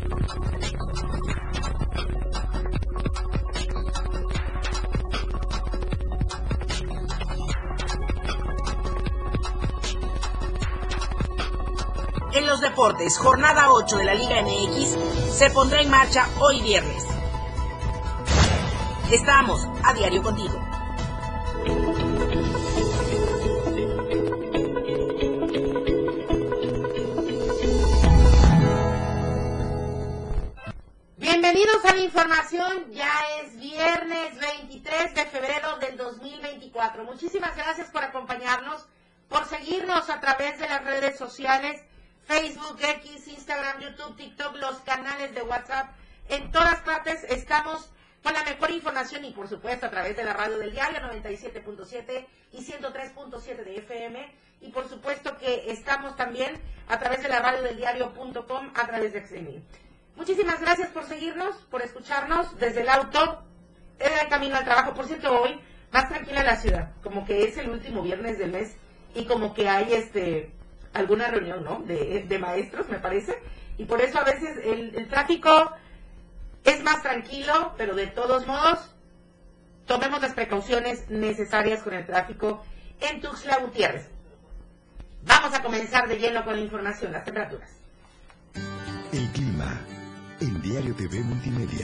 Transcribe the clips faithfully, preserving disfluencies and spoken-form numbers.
En los deportes, jornada ocho de la Liga M X se pondrá en marcha hoy viernes. Estamos a diario contigo. Bienvenidos a la información, ya es viernes veintitrés de febrero del dos mil veinticuatro. Muchísimas gracias por acompañarnos, por seguirnos a través de las redes sociales, Facebook, X, Instagram, YouTube, TikTok, los canales de WhatsApp. En todas partes estamos con la mejor información y por supuesto a través de la radio del diario noventa y siete punto siete y ciento tres punto siete de F M. Y por supuesto que estamos también a través de la radio del diario punto com, a través de X M. Muchísimas gracias por seguirnos, por escucharnos desde el auto, en el camino al trabajo. Por cierto, hoy más tranquila la ciudad, como que es el último viernes del mes y como que hay este alguna reunión, ¿no? De, de maestros, me parece, y por eso a veces el, el tráfico es más tranquilo, pero de todos modos, tomemos las precauciones necesarias con el tráfico en Tuxtla Gutiérrez. Vamos a comenzar de lleno con la información, las temperaturas. El clima, en Diario T V Multimedia.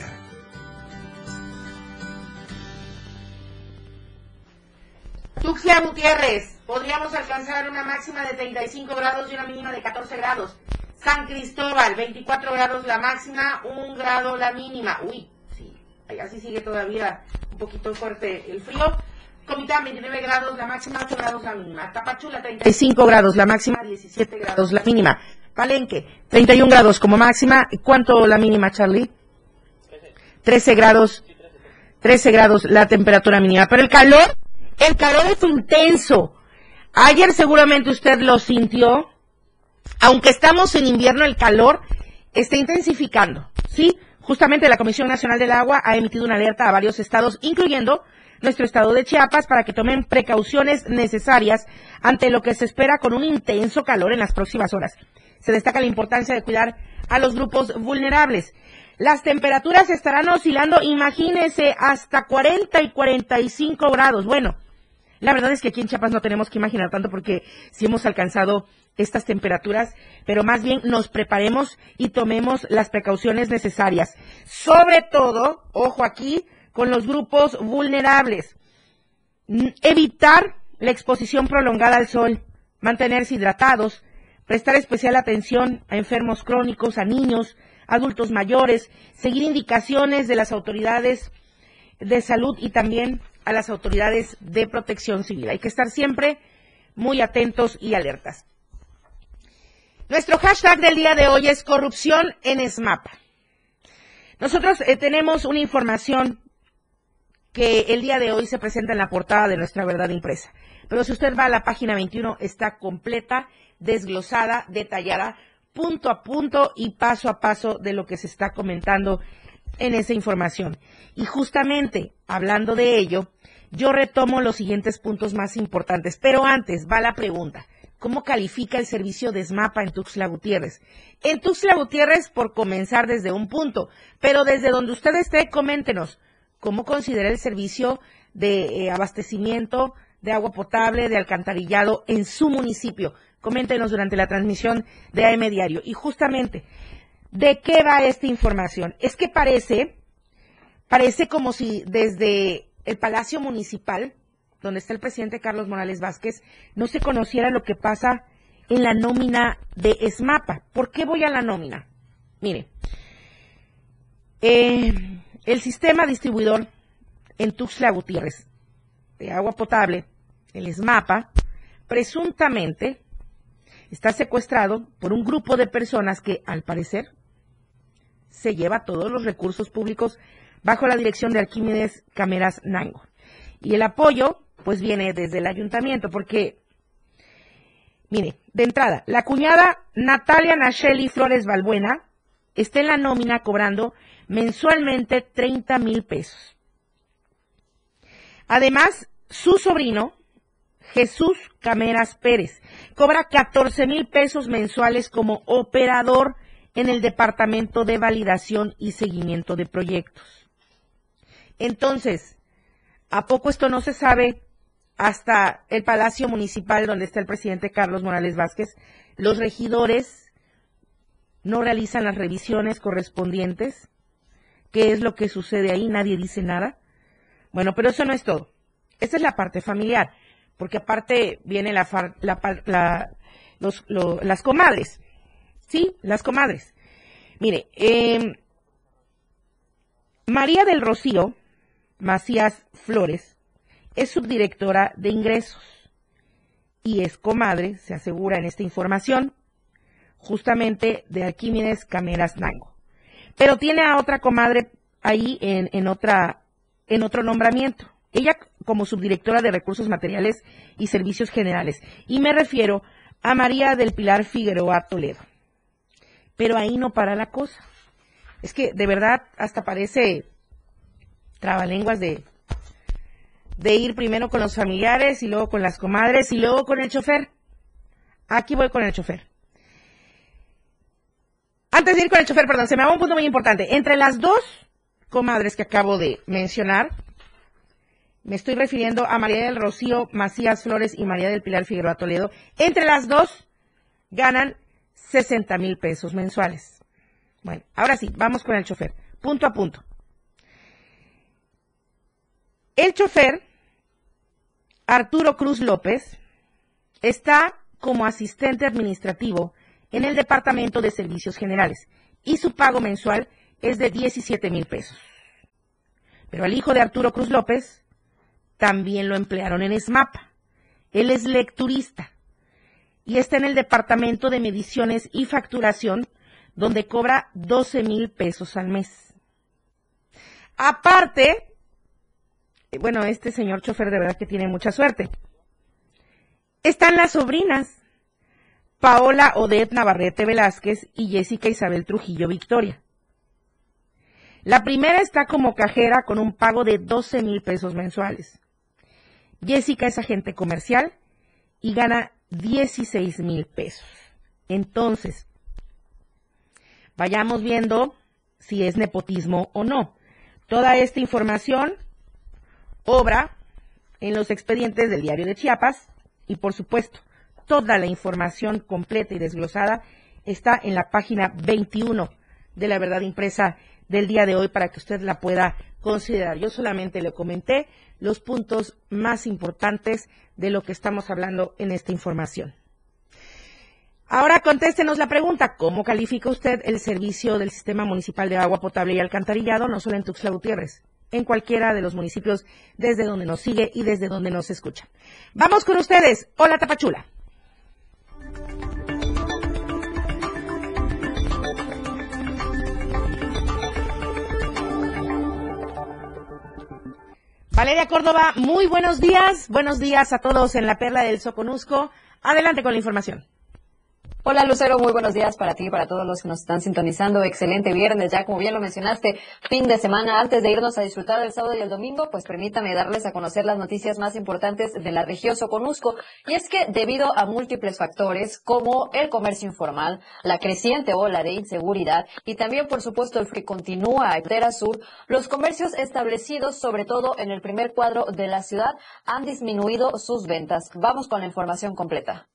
Tuxtla Gutiérrez, podríamos alcanzar una máxima de treinta y cinco grados y una mínima de catorce grados. San Cristóbal, veinticuatro grados la máxima, un grado la mínima. Uy, sí, allá sí sigue todavía un poquito fuerte el frío. Comitán, veintinueve grados la máxima, ocho grados la mínima. Tapachula, treinta y cinco grados la máxima, diecisiete grados la mínima. Palenque, treinta y un grados como máxima. ¿Cuánto la mínima, Charlie? trece grados. trece grados la temperatura mínima. Pero el calor, el calor es intenso. Ayer seguramente usted lo sintió. Aunque estamos en invierno, el calor está intensificando, ¿sí? Justamente la Comisión Nacional del Agua ha emitido una alerta a varios estados, incluyendo nuestro estado de Chiapas, para que tomen precauciones necesarias ante lo que se espera con un intenso calor en las próximas horas. Se destaca la importancia de cuidar a los grupos vulnerables. Las temperaturas estarán oscilando, imagínense, hasta cuarenta y cuarenta y cinco grados. Bueno, la verdad es que aquí en Chiapas no tenemos que imaginar tanto porque sí hemos alcanzado estas temperaturas, pero más bien nos preparemos y tomemos las precauciones necesarias. Sobre todo, ojo aquí, con los grupos vulnerables. Evitar la exposición prolongada al sol, mantenerse hidratados, prestar especial atención a enfermos crónicos, a niños, adultos mayores, seguir indicaciones de las autoridades de salud y también a las autoridades de protección civil. Hay que estar siempre muy atentos y alertas. Nuestro hashtag del día de hoy es corrupción en ESMAPA. Nosotros eh, tenemos una información que el día de hoy se presenta en la portada de Nuestra Verdad Impresa. Pero si usted va a la página veintiuno, está completa, desglosada, detallada, punto a punto y paso a paso de lo que se está comentando en esa información. Y justamente, hablando de ello, yo retomo los siguientes puntos más importantes. Pero antes va la pregunta. ¿Cómo califica el servicio de ESMAPA en Tuxtla Gutiérrez? En Tuxtla Gutiérrez, por comenzar desde un punto, pero desde donde usted esté, coméntenos. ¿Cómo considera el servicio de eh, abastecimiento de agua potable, de alcantarillado en su municipio? Coméntenos durante la transmisión de A M Diario. Y justamente, ¿de qué va esta información? Es que parece, parece como si desde el Palacio Municipal, donde está el presidente Carlos Morales Vázquez, no se conociera lo que pasa en la nómina de ESMAPA. ¿Por qué voy a la nómina? Mire, eh, el sistema distribuidor en Tuxtla Gutiérrez de agua potable, el ESMAPA, presuntamente está secuestrado por un grupo de personas que, al parecer, se lleva todos los recursos públicos bajo la dirección de Arquímedes Cameras Nango. Y el apoyo, pues, viene desde el ayuntamiento, porque, mire, de entrada, la cuñada Natalia Nacheli Flores Balbuena está en la nómina cobrando mensualmente treinta mil pesos. Además, su sobrino, Jesús Cameras Pérez, cobra catorce mil pesos mensuales como operador en el Departamento de Validación y Seguimiento de Proyectos. Entonces, ¿a poco esto no se sabe? Hasta el Palacio Municipal, donde está el presidente Carlos Morales Vázquez, los regidores no realizan las revisiones correspondientes. ¿Qué es lo que sucede ahí? Nadie dice nada. Bueno, pero eso no es todo. Esta es la parte familiar, porque aparte viene la, la, la los, lo, las comadres. Sí, las comadres. Mire, eh, María del Rocío Macías Flores es subdirectora de ingresos y es comadre, se asegura en esta información, justamente de Arquímedes Cameras Nango. Pero tiene a otra comadre ahí en, en, otra, en otro nombramiento. Ella como subdirectora de Recursos Materiales y Servicios Generales. Y me refiero a María del Pilar Figueroa Toledo. Pero ahí no para la cosa. Es que de verdad hasta parece trabalenguas de, de ir primero con los familiares y luego con las comadres y luego con el chofer. Aquí voy con el chofer. Antes de ir con el chofer, perdón, se me va un punto muy importante. Entre las dos comadres que acabo de mencionar, me estoy refiriendo a María del Rocío Macías Flores y María del Pilar Figueroa Toledo. Entre las dos ganan sesenta mil pesos mensuales. Bueno, ahora sí, vamos con el chofer, punto a punto. El chofer, Arturo Cruz López, está como asistente administrativo en el Departamento de Servicios Generales y su pago mensual es de diecisiete mil pesos. Pero al hijo de Arturo Cruz López también lo emplearon en SMAPA. Él es lecturista y está en el Departamento de Mediciones y Facturación, donde cobra doce mil pesos al mes. Aparte, bueno, este señor chofer de verdad que tiene mucha suerte. Están las sobrinas, Paola Odette Navarrete Velázquez y Jessica Isabel Trujillo Victoria. La primera está como cajera con un pago de doce mil pesos mensuales. Jessica es agente comercial y gana dieciséis mil pesos. Entonces, vayamos viendo si es nepotismo o no. Toda esta información obra en los expedientes del Diario de Chiapas y, por supuesto, toda la información completa y desglosada está en la página veintiuno de La Verdad Impresa del día de hoy para que usted la pueda considerar. Yo solamente le comenté los puntos más importantes de lo que estamos hablando en esta información. Ahora contéstenos la pregunta, ¿cómo califica usted el servicio del Sistema Municipal de Agua Potable y Alcantarillado, no solo en Tuxtla Gutiérrez, en cualquiera de los municipios desde donde nos sigue y desde donde nos escucha? Vamos con ustedes. Hola, Tapachula. Valeria Córdoba, muy buenos días. Buenos días a todos en la Perla del Soconusco. Adelante con la información. Hola Lucero, muy buenos días para ti y para todos los que nos están sintonizando. Excelente viernes, ya como bien lo mencionaste, fin de semana. Antes de irnos a disfrutar del sábado y el domingo, pues permítame darles a conocer las noticias más importantes de la región Soconusco. Y es que debido a múltiples factores como el comercio informal, la creciente ola de inseguridad y también por supuesto el frío continúa en frontera sur, los comercios establecidos sobre todo en el primer cuadro de la ciudad han disminuido sus ventas. Vamos con la información completa.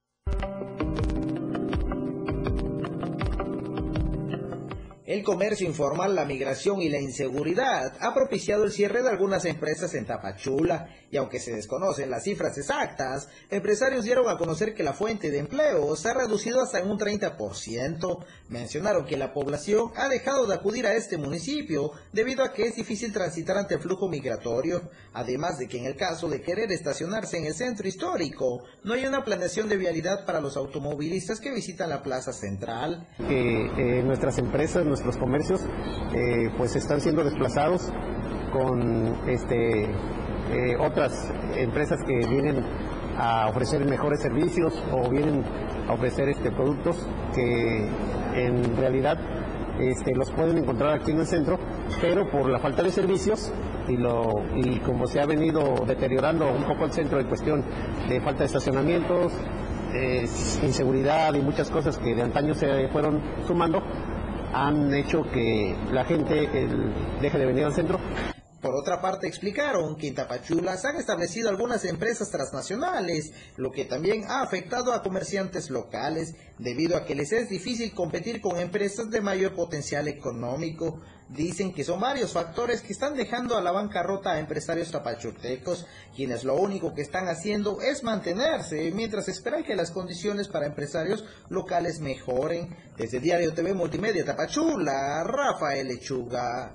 El comercio informal, la migración y la inseguridad ha propiciado el cierre de algunas empresas en Tapachula, y aunque se desconocen las cifras exactas, empresarios dieron a conocer que la fuente de empleo se ha reducido hasta en un treinta por ciento. Mencionaron que la población ha dejado de acudir a este municipio debido a que es difícil transitar ante el flujo migratorio, además de que en el caso de querer estacionarse en el centro histórico, no hay una planeación de vialidad para los automovilistas que visitan la plaza central. Que eh, nuestras empresas, nuestros comercios, eh, pues están siendo desplazados con este eh, otras empresas que vienen a ofrecer mejores servicios o vienen a ofrecer este productos que en realidad este, los pueden encontrar aquí en el centro, pero por la falta de servicios y, lo, y como se ha venido deteriorando un poco el centro en cuestión de falta de estacionamientos, eh, inseguridad y muchas cosas que de antaño se fueron sumando han hecho que la gente el, deje de venir al centro. Por otra parte, explicaron que en Tapachula se han establecido algunas empresas transnacionales, lo que también ha afectado a comerciantes locales, debido a que les es difícil competir con empresas de mayor potencial económico. Dicen que son varios factores que están dejando a la bancarrota a empresarios tapachultecos, quienes lo único que están haciendo es mantenerse, mientras esperan que las condiciones para empresarios locales mejoren. Desde Diario T V Multimedia Tapachula, Rafael Lechuga.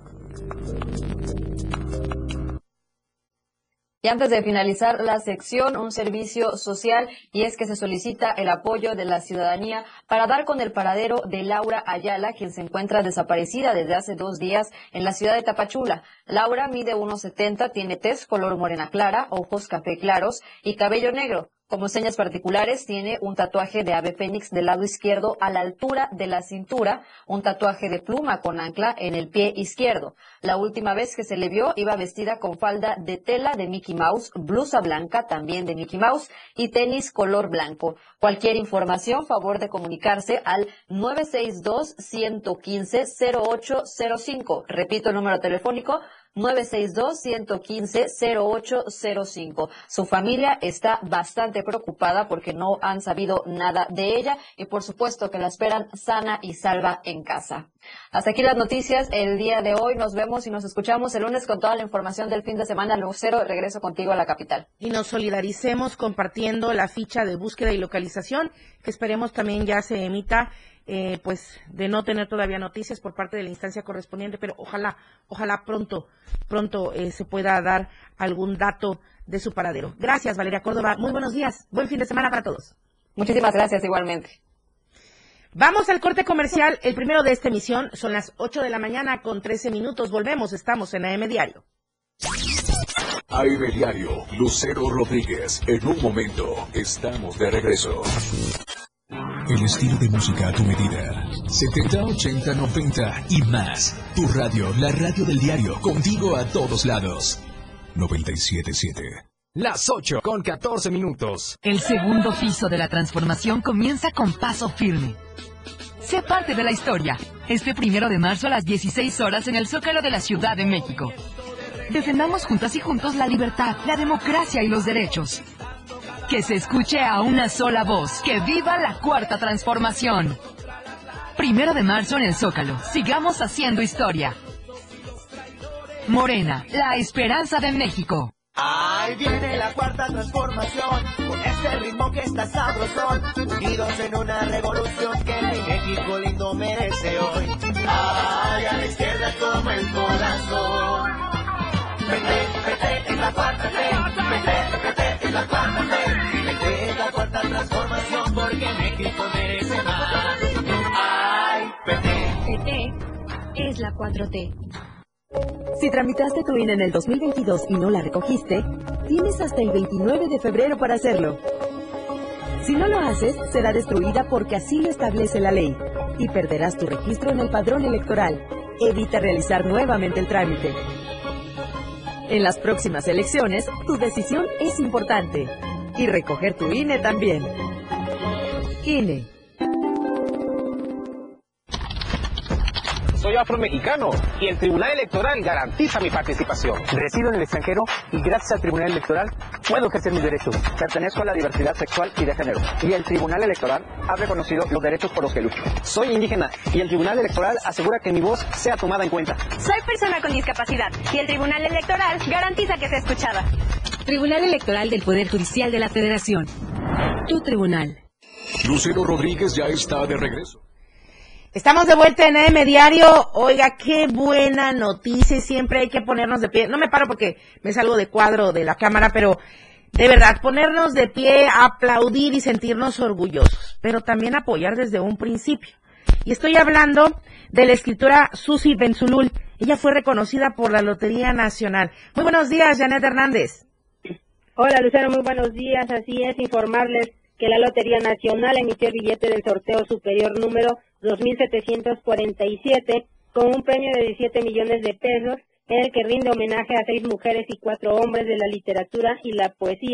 Y antes de finalizar la sección, un servicio social, y es que se solicita el apoyo de la ciudadanía para dar con el paradero de Laura Ayala, quien se encuentra desaparecida desde hace dos días en la ciudad de Tapachula. Laura mide uno setenta, tiene tez color morena clara, ojos café claros y cabello negro. Como señas particulares, tiene un tatuaje de ave fénix del lado izquierdo a la altura de la cintura, un tatuaje de pluma con ancla en el pie izquierdo. La última vez que se le vio iba vestida con falda de tela de Mickey Mouse, blusa blanca también de Mickey Mouse y tenis color blanco. Cualquier información, favor de comunicarse al nueve seis dos, uno cinco, cero ocho cero cinco. Repito el número telefónico, nueve seis dos, uno cinco, cero ocho cero cinco. Su familia está bastante preocupada porque no han sabido nada de ella y por supuesto que la esperan sana y salva en casa. Hasta aquí las noticias el día de hoy. Nos vemos y nos escuchamos el lunes con toda la información del fin de semana. Lucero, regreso contigo a la capital. Y nos solidaricemos compartiendo la ficha de búsqueda y localización, que esperemos también ya se emita, eh, pues de no tener todavía noticias por parte de la instancia correspondiente, pero ojalá, ojalá pronto, pronto eh, se pueda dar algún dato de su paradero. Gracias, Valeria Córdoba. Muy buenos días. Buen fin de semana para todos. Muchísimas gracias, igualmente. Vamos al corte comercial, el primero de esta emisión. Son las ocho de la mañana con trece minutos. Volvemos, estamos en A M Diario. A M Diario, Lucero Rodríguez. En un momento, estamos de regreso. El estilo de música a tu medida. setenta, ochenta, noventa y más. Tu radio, la radio del diario, contigo a todos lados. noventa y siete punto siete. Las ocho con catorce minutos. El segundo piso de la transformación comienza con paso firme. Sé parte de la historia. Este primero de marzo a las dieciséis horas en el Zócalo de la Ciudad de México. Defendamos juntas y juntos la libertad, la democracia y los derechos. Que se escuche a una sola voz. ¡Que viva la cuarta transformación! Primero de marzo en el Zócalo. Sigamos haciendo historia. Morena, la esperanza de México. Ahí viene la cuarta transformación, con este ritmo que está sabrosón, unidos en una revolución que mi México lindo merece hoy. Ay, a la izquierda como el corazón. Vete, vete, es la cuarta T, vete, vete, es la cuarta T, vete, es la cuarta transformación porque México merece más. Ay, vete. Vete, es la cuatro T. Si tramitaste tu I N E en el dos mil veintidós y no la recogiste, tienes hasta el veintinueve de febrero para hacerlo. Si no lo haces, será destruida porque así lo establece la ley y perderás tu registro en el padrón electoral. Evita realizar nuevamente el trámite. En las próximas elecciones, tu decisión es importante. Y recoger tu I N E también. I N E. Soy afromexicano y el Tribunal Electoral garantiza mi participación. Resido en el extranjero y gracias al Tribunal Electoral puedo ejercer mis derechos. Pertenezco a la diversidad sexual y de género. Y el Tribunal Electoral ha reconocido los derechos por los que lucho. Soy indígena y el Tribunal Electoral asegura que mi voz sea tomada en cuenta. Soy persona con discapacidad y el Tribunal Electoral garantiza que sea escuchada. Tribunal Electoral del Poder Judicial de la Federación. Tu tribunal. Lucero Rodríguez ya está de regreso. Estamos de vuelta en A M Diario. Oiga, qué buena noticia. Siempre hay que ponernos de pie. No me paro porque me salgo de cuadro de la cámara, pero de verdad, ponernos de pie, aplaudir y sentirnos orgullosos, pero también apoyar desde un principio. Y estoy hablando de la escritora Susi Benzulul. Ella fue reconocida por la Lotería Nacional. Muy buenos días, Janet Hernández. Hola, Lucero, muy buenos días. Así es, informarles que la Lotería Nacional emitió el billete del sorteo superior número dos mil setecientos cuarenta y siete con un premio de diecisiete millones de pesos, en el que rinde homenaje a seis mujeres y cuatro hombres de la literatura y la poesía,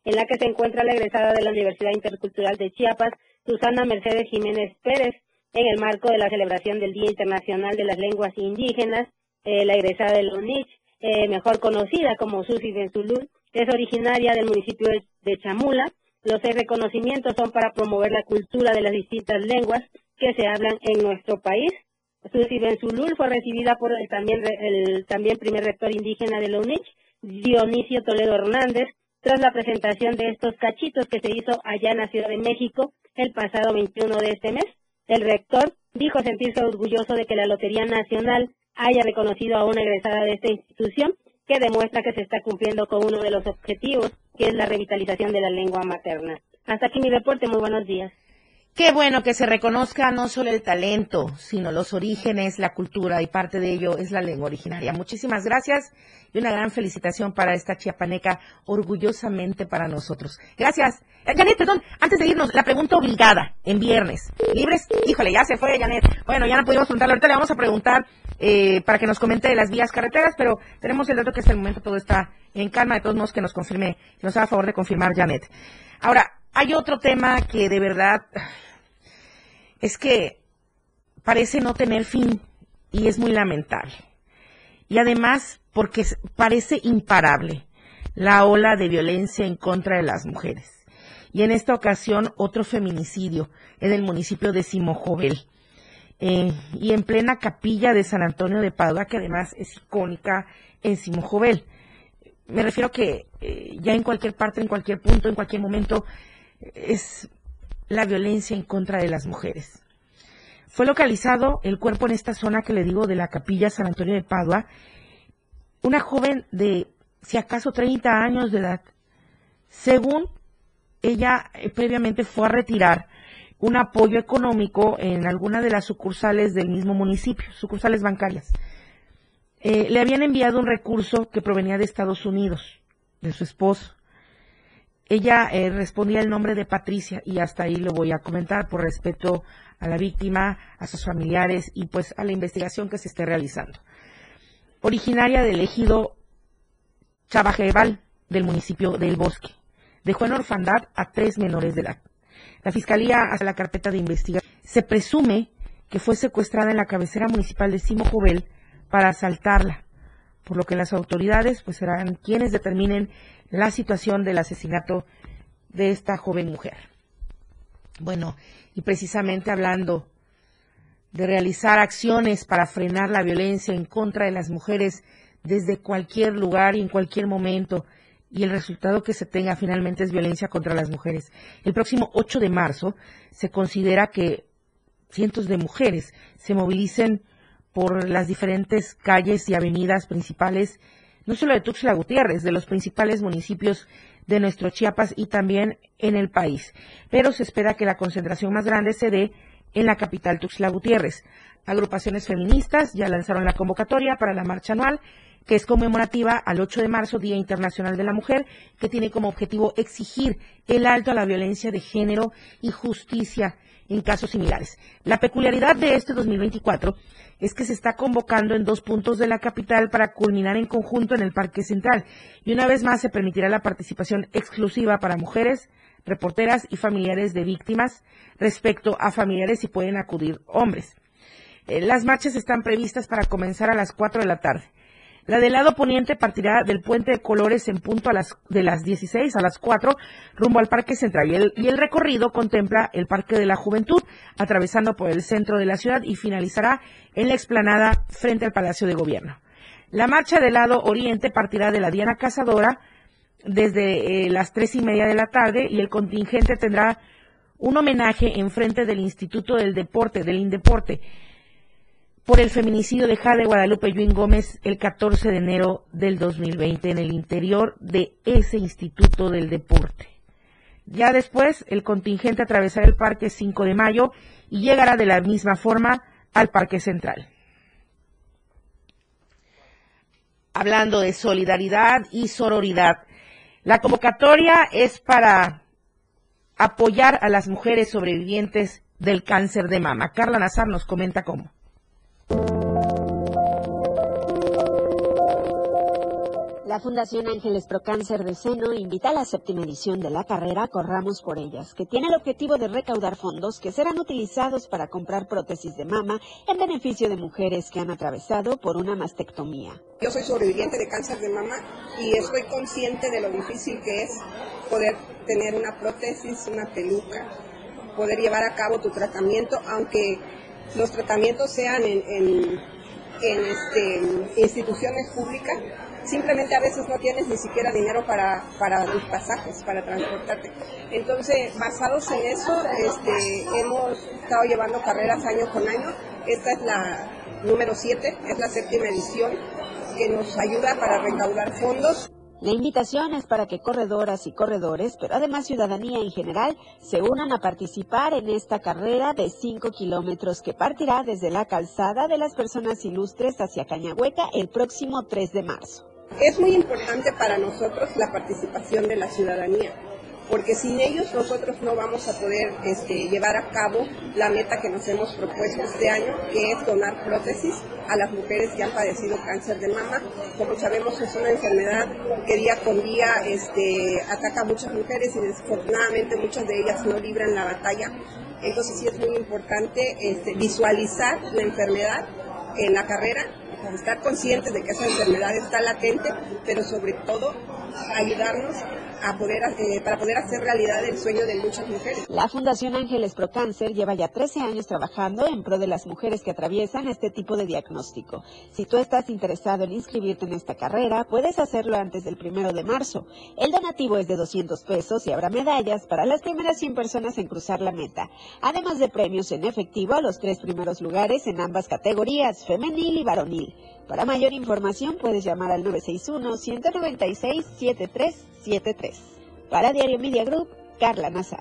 en la que se encuentra la egresada de la Universidad Intercultural de Chiapas, Susana Mercedes Jiménez Pérez, en el marco de la celebración del Día Internacional de las Lenguas Indígenas. Eh, la egresada de la U N I C, eh, mejor conocida como Susi Benzulul, es originaria del municipio de, de Chamula. Los seis reconocimientos son para promover la cultura de las distintas lenguas que se hablan en nuestro país. Susi Benzulul fue recibida por el también, el también primer rector indígena de la U N I C, Dionisio Toledo Hernández, tras la presentación de estos cachitos que se hizo allá en la Ciudad de México el pasado veintiuno de este mes. El rector dijo sentirse orgulloso de que la Lotería Nacional haya reconocido a una egresada de esta institución, que demuestra que se está cumpliendo con uno de los objetivos, que es la revitalización de la lengua materna. Hasta aquí mi reporte, muy buenos días. Qué bueno que se reconozca no solo el talento, sino los orígenes, la cultura, y parte de ello es la lengua originaria. Muchísimas gracias y una gran felicitación para esta chiapaneca, orgullosamente para nosotros. Gracias. Eh, Janet, perdón, antes de irnos, la pregunta obligada en viernes. ¿Libres? Híjole, ya se fue, Janet. Bueno, ya no pudimos preguntarle. Ahorita le vamos a preguntar eh, para que nos comente de las vías carreteras, pero tenemos el dato que hasta el momento todo está en calma. De todos modos, que nos confirme, que nos haga favor de confirmar, Janet. Ahora, hay otro tema que de verdad es que parece no tener fin y es muy lamentable. Y además porque parece imparable la ola de violencia en contra de las mujeres. Y en esta ocasión otro feminicidio en el municipio de Simojovel. Eh, y en plena capilla de San Antonio de Padua, que además es icónica en Simojovel. Me refiero que eh, ya en cualquier parte, en cualquier punto, en cualquier momento, es la violencia en contra de las mujeres. Fue localizado el cuerpo en esta zona que le digo de la capilla San Antonio de Padua, una joven de, si acaso, treinta años de edad. Según ella, eh, previamente fue a retirar un apoyo económico en alguna de las sucursales del mismo municipio, sucursales bancarias. Eh, le habían enviado un recurso que provenía de Estados Unidos, de su esposo. Ella eh, respondía el nombre de Patricia, y hasta ahí lo voy a comentar por respeto a la víctima, a sus familiares y pues a la investigación que se esté realizando. Originaria del ejido Chabajeval del municipio del Bosque. Dejó en orfandad a tres menores de edad. La Fiscalía hace la carpeta de investigación. Se presume que fue secuestrada en la cabecera municipal de Simojovel para asaltarla, por lo que las autoridades pues serán quienes determinen la situación del asesinato de esta joven mujer. Bueno, y precisamente hablando de realizar acciones para frenar la violencia en contra de las mujeres desde cualquier lugar y en cualquier momento, y el resultado que se tenga finalmente es violencia contra las mujeres. El próximo ocho de marzo se considera que cientos de mujeres se movilicen por las diferentes calles y avenidas principales, no solo de Tuxtla Gutiérrez, de los principales municipios de nuestro Chiapas y también en el país. Pero se espera que la concentración más grande se dé en la capital Tuxtla Gutiérrez. Agrupaciones feministas ya lanzaron la convocatoria para la marcha anual, que es conmemorativa al ocho de marzo, Día Internacional de la Mujer, que tiene como objetivo exigir el alto a la violencia de género y justicia en casos similares. La peculiaridad de este dos mil veinticuatro es que se está convocando en dos puntos de la capital para culminar en conjunto en el Parque Central, y una vez más se permitirá la participación exclusiva para mujeres, reporteras y familiares de víctimas. Respecto a familiares, si pueden acudir hombres. Eh, las marchas están previstas para comenzar a las cuatro de la tarde. La del lado poniente partirá del Puente de Colores en punto a las de las dieciséis a las cuatro rumbo al Parque Central, y el, y el recorrido contempla el Parque de la Juventud, atravesando por el centro de la ciudad y finalizará en la explanada frente al Palacio de Gobierno. La marcha del lado oriente partirá de la Diana Cazadora desde eh, las tres y media de la tarde, y el contingente tendrá un homenaje en frente del Instituto del Deporte, del Indeporte, por el feminicidio de Jade Guadalupe Yuín Gómez el catorce de enero del dos mil veinte en el interior de ese Instituto del Deporte. Ya después, el contingente atravesará el Parque cinco de mayo y llegará de la misma forma al Parque Central. Hablando de solidaridad y sororidad, la convocatoria es para apoyar a las mujeres sobrevivientes del cáncer de mama. Carla Nazar nos comenta cómo. La Fundación Ángeles Pro Cáncer de Seno invita a la séptima edición de la carrera Corramos por Ellas, que tiene el objetivo de recaudar fondos que serán utilizados para comprar prótesis de mama en beneficio de mujeres que han atravesado por una mastectomía. Yo soy sobreviviente de cáncer de mama y estoy consciente de lo difícil que es poder tener una prótesis, una peluca, poder llevar a cabo tu tratamiento, aunque los tratamientos sean en, en, en este, instituciones públicas. Simplemente a veces no tienes ni siquiera dinero para, para los pasajes, para transportarte. Entonces, basados en eso, este, hemos estado llevando carreras año con año. Esta es la número siete, es la séptima edición, que nos ayuda para recaudar fondos. La invitación es para que corredoras y corredores, pero además ciudadanía en general, se unan a participar en esta carrera de cinco kilómetros que partirá desde la calzada de las Personas Ilustres hacia Cañahueca el próximo tres de marzo. Es muy importante para nosotros la participación de la ciudadanía, porque sin ellos nosotros no vamos a poder este, llevar a cabo la meta que nos hemos propuesto este año, que es donar prótesis a las mujeres que han padecido cáncer de mama. Como sabemos, es una enfermedad que día con día este, ataca a muchas mujeres y desafortunadamente muchas de ellas no libran la batalla. Entonces sí es muy importante este, visualizar la enfermedad en la carrera, estar conscientes de que esa enfermedad está latente, pero sobre todo ayudarnos a poder eh, para poder hacer realidad el sueño de muchas mujeres. La Fundación Ángeles Pro Cáncer lleva ya trece años trabajando en pro de las mujeres que atraviesan este tipo de diagnóstico. Si tú estás interesado en inscribirte en esta carrera, puedes hacerlo antes del primero de marzo. El donativo es de doscientos pesos y habrá medallas para las primeras cien personas en cruzar la meta, además de premios en efectivo a los tres primeros lugares en ambas categorías, femenil y varonil. Para mayor información puedes llamar al nueve seis uno, uno nueve seis, siete tres siete tres. Para Diario Media Group, Carla Nazar.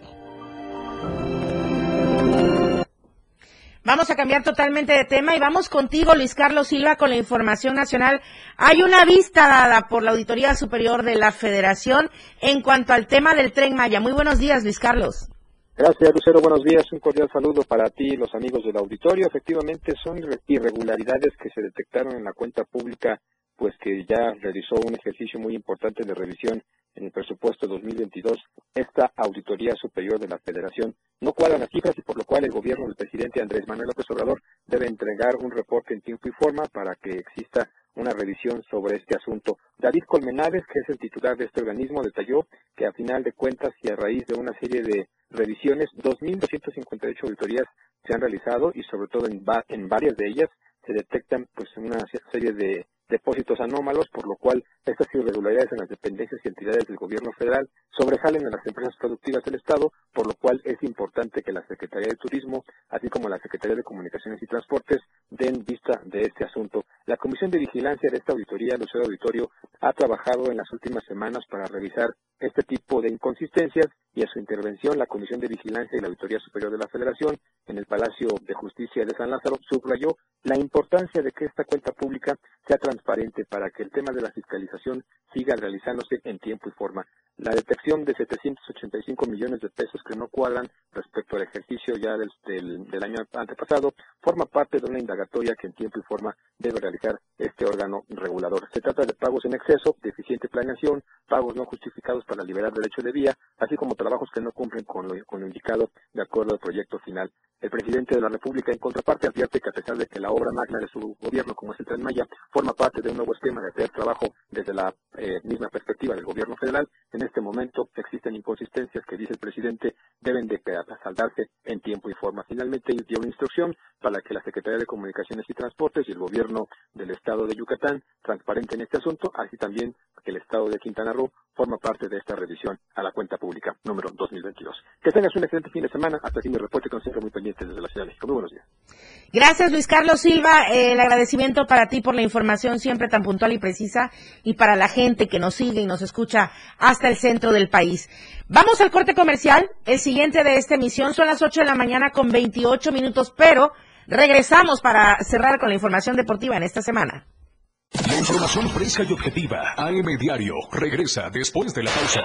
Vamos a cambiar totalmente de tema y vamos contigo, Luis Carlos Silva, con la información nacional. Hay una vista dada por la Auditoría Superior de la Federación en cuanto al tema del Tren Maya. Muy buenos días, Luis Carlos. Gracias, Lucero. Buenos días. Un cordial saludo para ti y los amigos del auditorio. Efectivamente, son irregularidades que se detectaron en la cuenta pública, pues que ya realizó un ejercicio muy importante de revisión en el presupuesto dos mil veintidós. Esta Auditoría Superior de la Federación no cuadran las cifras y por lo cual el gobierno del presidente Andrés Manuel López Obrador debe entregar un reporte en tiempo y forma para que exista una revisión sobre este asunto. David Colmenares, que es el titular de este organismo, detalló que a final de cuentas y a raíz de una serie de revisiones, dos mil doscientas cincuenta y ocho auditorías se han realizado y sobre todo en, va en varias de ellas se detectan pues una serie de depósitos anómalos, por lo cual estas irregularidades en las dependencias y entidades del gobierno federal sobresalen a las empresas productivas del Estado, por lo cual es importante que la Secretaría de Turismo, así como la Secretaría de Comunicaciones y Transportes, den vista de este asunto. La Comisión de Vigilancia de esta auditoría, Lucero Auditorio, ha trabajado en las últimas semanas para revisar este tipo de inconsistencias y a su intervención la Comisión de Vigilancia y la Auditoría Superior de la Federación en el Palacio de Justicia de San Lázaro subrayó la importancia de que esta cuenta pública sea transparente para que el tema de la fiscalización siga realizándose en tiempo y forma. La detección de setecientos ochenta y cinco millones de pesos que no cuadran respecto al ejercicio ya del, del, del año antepasado forma parte de una indagatoria que en tiempo y forma debe realizar este órgano regulador. Se trata de pagos en exceso, deficiente planeación, pagos no justificados para liberar derecho de vía, así como trabajos que no cumplen con lo, con lo indicado de acuerdo al proyecto final. El presidente de la República, en contraparte, advierte que a pesar de que la obra magna de su gobierno, como es el Tren Maya, forma parte de un nuevo esquema de hacer trabajo desde la eh, misma perspectiva del gobierno federal, en este momento existen inconsistencias que, dice el presidente, deben de saldarse en tiempo y forma. Finalmente, dio una instrucción para que la Secretaría de Comunicaciones y Transportes y el gobierno del estado de Yucatán transparenten este asunto, así también que el estado de Quintana Roo forma parte de esta revisión a la cuenta pública número dos mil veintidós. Que tengas un excelente fin de semana. Hasta aquí mi reporte, como siempre, muy pendiente desde la Ciudad de México. Muy buenos días. Gracias, Luis Carlos Silva. Eh, el agradecimiento para ti por la información siempre tan puntual y precisa y para la gente que nos sigue y nos escucha hasta el centro del país. Vamos al corte comercial. El siguiente de esta emisión son las ocho de la mañana con veintiocho minutos, pero regresamos para cerrar con la información deportiva en esta semana. La información fresca y objetiva. A M Diario regresa después de la pausa.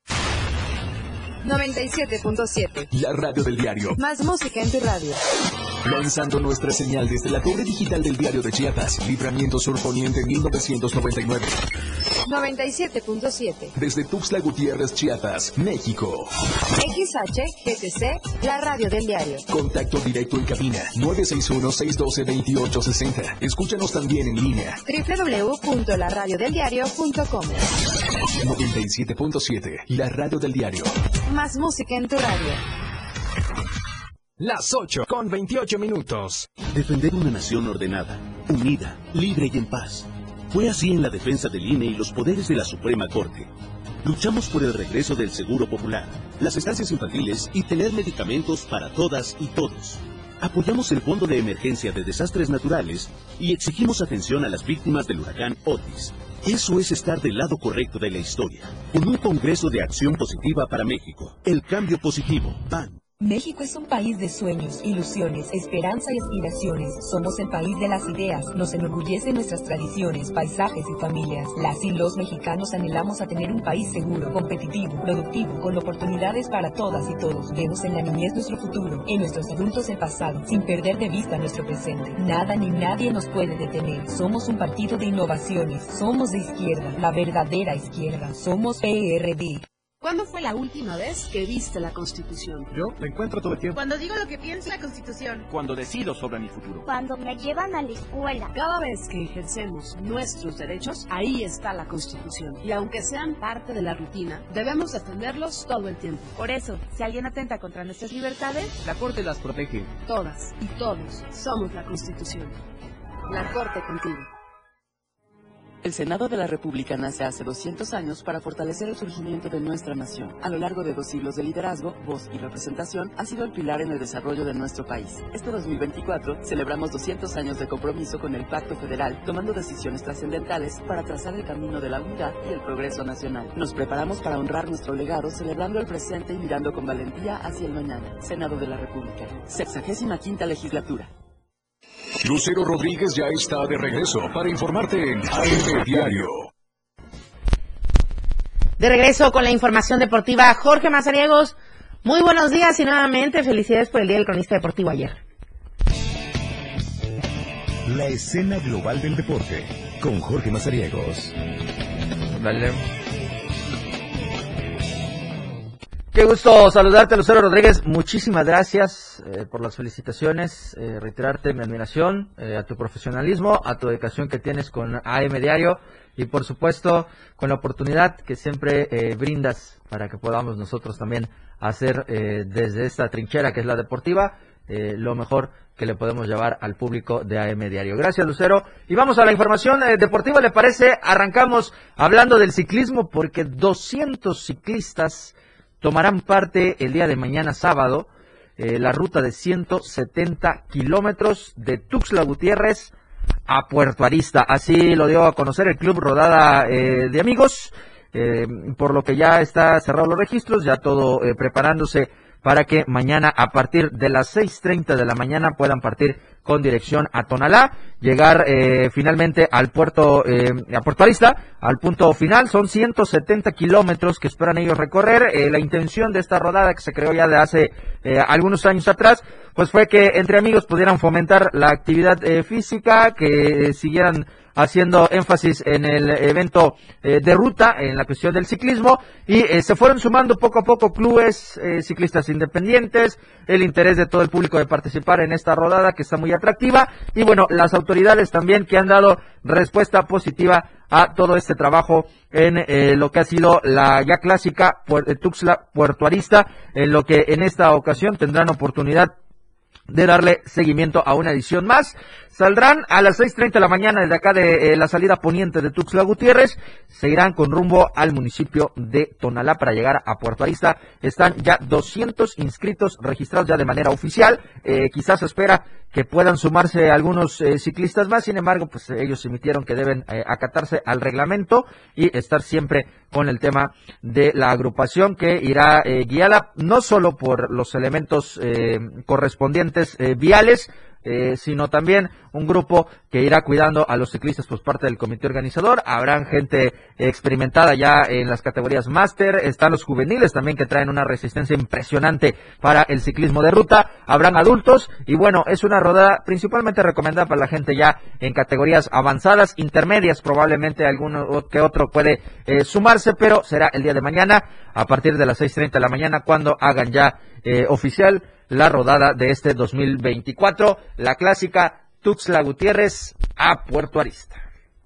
noventa y siete punto siete. La radio del diario. Más música en tu radio. Lanzando nuestra señal desde la torre digital del Diario de Chiapas, Libramiento Sur Poniente mil novecientos noventa y nueve. noventa y siete punto siete. Desde Tuxtla Gutiérrez, Chiapas, México. X H G T C, la radio del diario. Contacto directo en cabina nueve seis uno, seis uno dos, dos ocho seis cero. Escúchanos también en línea. doble u doble u doble u punto la radio del diario punto com. noventa y siete punto siete, la radio del diario. Más música en tu radio. Las ocho con veintiocho minutos. Defender una nación ordenada, unida, libre y en paz. Fue así en la defensa del I N E y los poderes de la Suprema Corte. Luchamos por el regreso del Seguro Popular, las estancias infantiles y tener medicamentos para todas y todos. Apoyamos el Fondo de Emergencia de Desastres Naturales y exigimos atención a las víctimas del huracán Otis. Eso es estar del lado correcto de la historia, con un Congreso de Acción Positiva para México. El cambio positivo, P A N. México es un país de sueños, ilusiones, esperanza y aspiraciones. Somos el país de las ideas. Nos enorgullecen nuestras tradiciones, paisajes y familias. Las y los mexicanos anhelamos a tener un país seguro, competitivo, productivo, con oportunidades para todas y todos. Vemos en la niñez nuestro futuro, en nuestros adultos el pasado, sin perder de vista nuestro presente. Nada ni nadie nos puede detener. Somos un partido de innovaciones. Somos de izquierda, la verdadera izquierda. Somos P R D. ¿Cuándo fue la última vez que viste la Constitución? Yo la encuentro todo el tiempo. Cuando digo lo que pienso la Constitución. Cuando decido sobre mi futuro. Cuando me llevan a la escuela. Cada vez que ejercemos nuestros derechos, ahí está la Constitución. Y aunque sean parte de la rutina, debemos defenderlos todo el tiempo. Por eso, si alguien atenta contra nuestras libertades, la Corte las protege. Todas y todos somos la Constitución. La Corte contigo. El Senado de la República nace hace doscientos años para fortalecer el surgimiento de nuestra nación. A lo largo de dos siglos de liderazgo, voz y representación, ha sido el pilar en el desarrollo de nuestro país. Este dos mil veinticuatro celebramos doscientos años de compromiso con el Pacto Federal, tomando decisiones trascendentales para trazar el camino de la unidad y el progreso nacional. Nos preparamos para honrar nuestro legado, celebrando el presente y mirando con valentía hacia el mañana. Senado de la República, sexagésima quinta legislatura. Lucero Rodríguez ya está de regreso para informarte en A M Diario. De regreso con la información deportiva, Jorge Mazariegos. Muy buenos días y nuevamente felicidades por el Día del Cronista Deportivo ayer. La escena global del deporte con Jorge Mazariegos. Dale. Qué gusto saludarte, Lucero Rodríguez. Muchísimas gracias eh, por las felicitaciones, eh, reiterarte mi admiración eh, a tu profesionalismo, a tu dedicación que tienes con A M Diario y por supuesto con la oportunidad que siempre eh, brindas para que podamos nosotros también hacer eh, desde esta trinchera que es la deportiva eh, lo mejor que le podemos llevar al público de A M Diario. Gracias, Lucero. Y vamos a la información eh, deportiva, ¿le parece? Arrancamos hablando del ciclismo porque doscientos ciclistas tomarán parte el día de mañana sábado, eh, la ruta de ciento setenta kilómetros de Tuxtla Gutiérrez a Puerto Arista. Así lo dio a conocer el Club Rodada eh, de Amigos, eh, por lo que ya está cerrado los registros, ya todo eh, preparándose para que mañana a partir de las seis treinta de la mañana puedan partir con dirección a Tonalá, llegar eh, finalmente al puerto, eh, a Puerto Arista, al punto final. Son ciento setenta kilómetros que esperan ellos recorrer. Eh, la intención de esta rodada, que se creó ya de hace eh, algunos años atrás, pues fue que entre amigos pudieran fomentar la actividad eh, física, que eh, siguieran haciendo énfasis en el evento eh, de ruta, en la cuestión del ciclismo, y eh, se fueron sumando poco a poco clubes, eh, ciclistas independientes, el interés de todo el público de participar en esta rodada que está muy atractiva, y bueno, las autoridades también que han dado respuesta positiva a todo este trabajo en eh, lo que ha sido la ya clásica Tuxtla Puerto Arista, en lo que en esta ocasión tendrán oportunidad de darle seguimiento a una edición más. Saldrán a las seis treinta de la mañana desde acá de eh, la salida poniente de Tuxtla Gutiérrez, se irán con rumbo al municipio de Tonalá para llegar a Puerto Arista. Están ya doscientos inscritos registrados ya de manera oficial, eh, quizás se espera que puedan sumarse algunos eh, ciclistas más, sin embargo, pues ellos emitieron que deben eh, acatarse al reglamento y estar siempre con el tema de la agrupación que irá eh, guiada no solo por los elementos eh, correspondientes eh, viales, eh, sino también un grupo que irá cuidando a los ciclistas por parte del comité organizador. Habrán gente experimentada ya en las categorías máster, están los juveniles también que traen una resistencia impresionante para el ciclismo de ruta, habrán adultos y bueno, es una rodada principalmente recomendada para la gente ya en categorías avanzadas, intermedias, probablemente alguno que otro puede eh, sumarse, pero será el día de mañana a partir de las seis treinta de la mañana cuando hagan ya eh, oficial la rodada de este dos mil veinticuatro, la clásica Tuxtla Gutiérrez a Puerto Arista.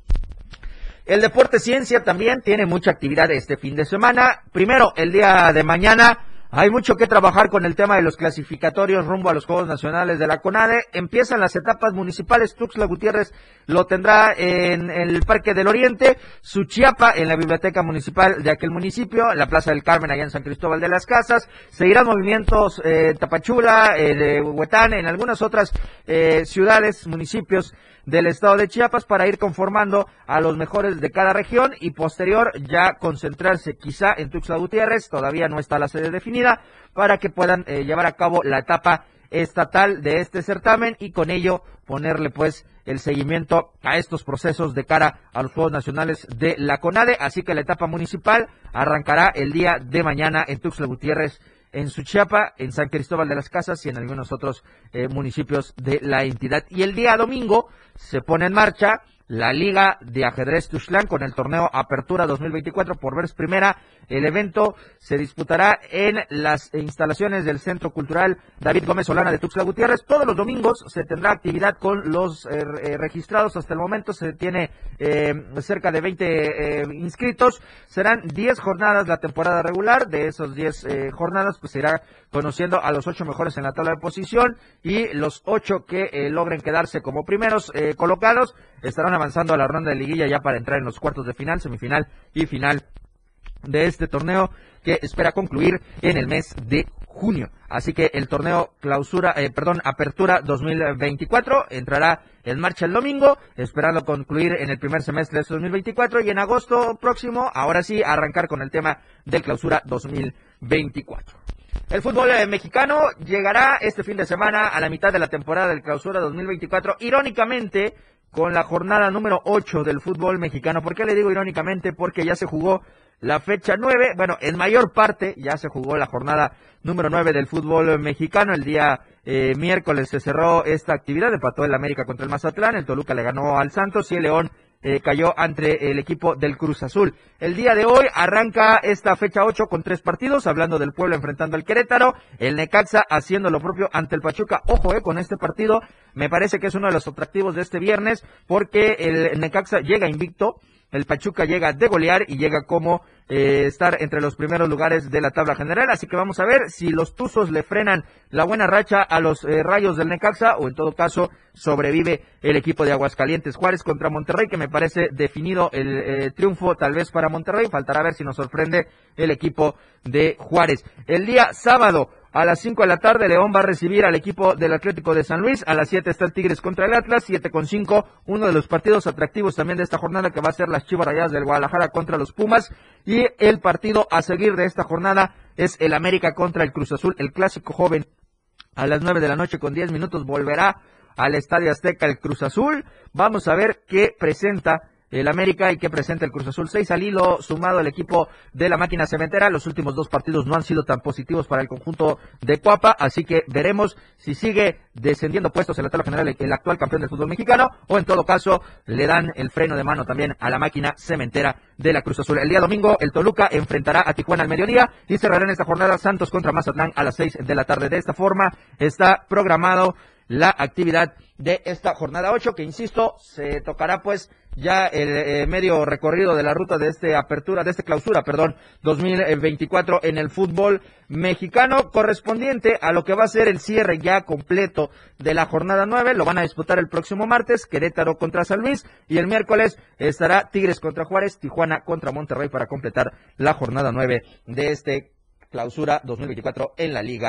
El Deporte Ciencia también tiene mucha actividad este fin de semana. Primero, el día de mañana hay mucho que trabajar con el tema de los clasificatorios rumbo a los Juegos Nacionales de la CONADE. Empiezan las etapas municipales. Tuxtla Gutiérrez lo tendrá en el Parque del Oriente, Suchiapa en la Biblioteca Municipal de aquel municipio, la Plaza del Carmen allá en San Cristóbal de las Casas. Seguirán movimientos eh, Tapachula, eh, de Huehuetán, en algunas otras eh, ciudades, municipios del estado de Chiapas para ir conformando a los mejores de cada región y posterior ya concentrarse quizá en Tuxtla Gutiérrez, todavía no está la sede definida, para que puedan eh, llevar a cabo la etapa estatal de este certamen y con ello ponerle pues el seguimiento a estos procesos de cara a los Juegos Nacionales de la CONADE, así que la etapa municipal arrancará el día de mañana en Tuxtla Gutiérrez, en Suchiapa, en San Cristóbal de las Casas y en algunos otros eh, municipios de la entidad. Y el día domingo se pone en marcha la Liga de Ajedrez Tuxtlán con el torneo Apertura dos mil veinticuatro por vez primera. El evento se disputará en las instalaciones del Centro Cultural David Gómez Solana de Tuxtla Gutiérrez. Todos los domingos se tendrá actividad con los eh, eh, registrados. Hasta el momento se tiene eh, cerca de veinte eh, inscritos. Serán diez jornadas la temporada regular. De esos diez eh, jornadas pues se irá conociendo a los ocho mejores en la tabla de posición y los ocho que eh, logren quedarse como primeros eh, colocados estarán avanzando a la ronda de liguilla ya para entrar en los cuartos de final, semifinal y final de este torneo que espera concluir en el mes de junio. Así que el torneo clausura, eh, perdón, Apertura dos mil veinticuatro entrará en marcha el domingo, esperando concluir en el primer semestre de este dos mil veinticuatro y en agosto próximo, ahora sí, arrancar con el tema del Clausura dos mil veinticuatro. El fútbol eh, mexicano llegará este fin de semana a la mitad de la temporada del Clausura dos mil veinticuatro, irónicamente con la jornada número ocho del fútbol mexicano. ¿Por qué le digo irónicamente? Porque ya se jugó la fecha nueve, bueno, en mayor parte ya se jugó la jornada número nueve del fútbol mexicano. El día eh, miércoles se cerró esta actividad, empató el América contra el Mazatlán, el Toluca le ganó al Santos y el León Eh, cayó ante el equipo del Cruz Azul. El día de hoy arranca esta fecha ocho con tres partidos, hablando del Puebla enfrentando al Querétaro, el Necaxa haciendo lo propio ante el Pachuca. Ojo eh, con este partido, me parece que es uno de los atractivos de este viernes, porque el Necaxa llega invicto, el Pachuca llega de golear y llega como eh, estar entre los primeros lugares de la tabla general, así que vamos a ver si los Tuzos le frenan la buena racha a los eh, Rayos del Necaxa o en todo caso sobrevive el equipo de Aguascalientes. Juárez contra Monterrey, que me parece definido el eh, triunfo tal vez para Monterrey, faltará ver si nos sorprende el equipo de Juárez. El día sábado a las cinco de la tarde, León va a recibir al equipo del Atlético de San Luis. A las siete está el Tigres contra el Atlas, siete con cinco, uno de los partidos atractivos también de esta jornada, que va a ser las Chivas Rayadas del Guadalajara contra los Pumas. Y el partido a seguir de esta jornada es el América contra el Cruz Azul, el clásico joven. A las nueve de la noche con diez minutos volverá al Estadio Azteca el Cruz Azul. Vamos a ver qué presenta el América y que presenta el Cruz Azul. Seis al hilo sumado el equipo de la máquina cementera. Los últimos dos partidos no han sido tan positivos para el conjunto de Cuapa, así que veremos si sigue descendiendo puestos en la tabla general el actual campeón del fútbol mexicano, o en todo caso le dan el freno de mano también a la máquina cementera de la Cruz Azul. El día domingo el Toluca enfrentará a Tijuana al mediodía y cerrará en esta jornada Santos contra Mazatlán a las seis de la tarde. De esta forma está programado la actividad de esta jornada ocho, que insisto, se tocará pues ya el eh, medio recorrido de la ruta de este apertura, de este clausura, perdón, dos mil veinticuatro en el fútbol mexicano, correspondiente a lo que va a ser el cierre ya completo de la jornada nueve. Lo van a disputar el próximo martes, Querétaro contra San Luis, y el miércoles estará Tigres contra Juárez, Tijuana contra Monterrey para completar la jornada nueve de este clausura dos mil veinticuatro en la Liga